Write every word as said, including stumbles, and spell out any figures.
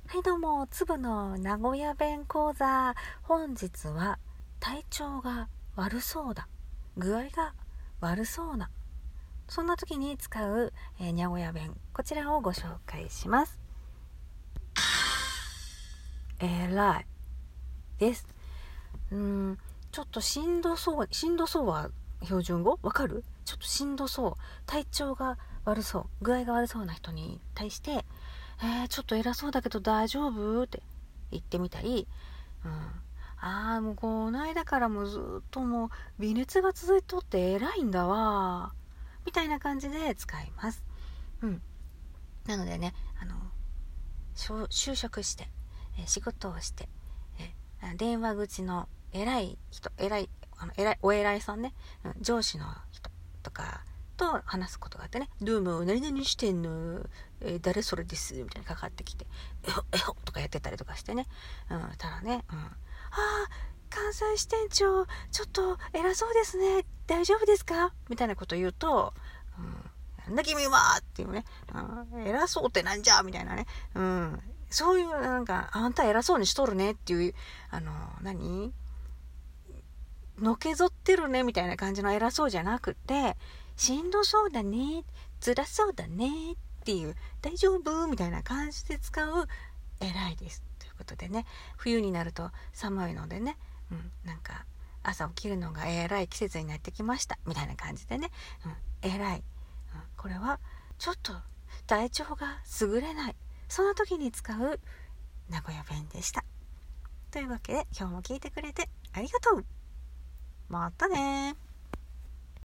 はいどうも、粒の名古屋弁講座。本日は体調が悪そうだ、具合が悪そうな、そんな時に使う、えー、名古屋弁、こちらをご紹介します。えらいです。うーんちょっとしんどそう、しんどそうは標準語わかる？ちょっとしんどそう、体調が悪そう、具合が悪そうな人に対してえー、ちょっと偉そうだけど大丈夫って言ってみたり、うん、ああもうこの間からもうずっともう微熱が続いとって偉いんだわみたいな感じで使います。うん。なのでね、あの就職して、え仕事をして、え電話口の偉い人、偉いあの偉いお偉いさんね、うん、上司の人とかと話すことがあってね、どうも何々してんの、えー、誰それですみたいなかかってきて、えほえほとかやってたりとかしてね、うん、ただね、うん、ああ関西支店長ちょっと偉そうですね、大丈夫ですかみたいなこと言うと、うん、なんだ君はっていうね、うん、偉そうってなんじゃみたいなね、うん、そういうなんかあんた偉そうにしとるねっていう、あの何のけぞってるねみたいな感じの偉そうじゃなくて、しんどそうだね、辛そうだねっていう、大丈夫みたいな感じで使う偉いですということでね、冬になると寒いのでね、うん、なんか朝起きるのが偉い季節になってきましたみたいな感じでね、うん、偉い、うん、これはちょっと体調が優れない、その時に使う名古屋弁でした。というわけで今日も聞いてくれてありがとう。またね。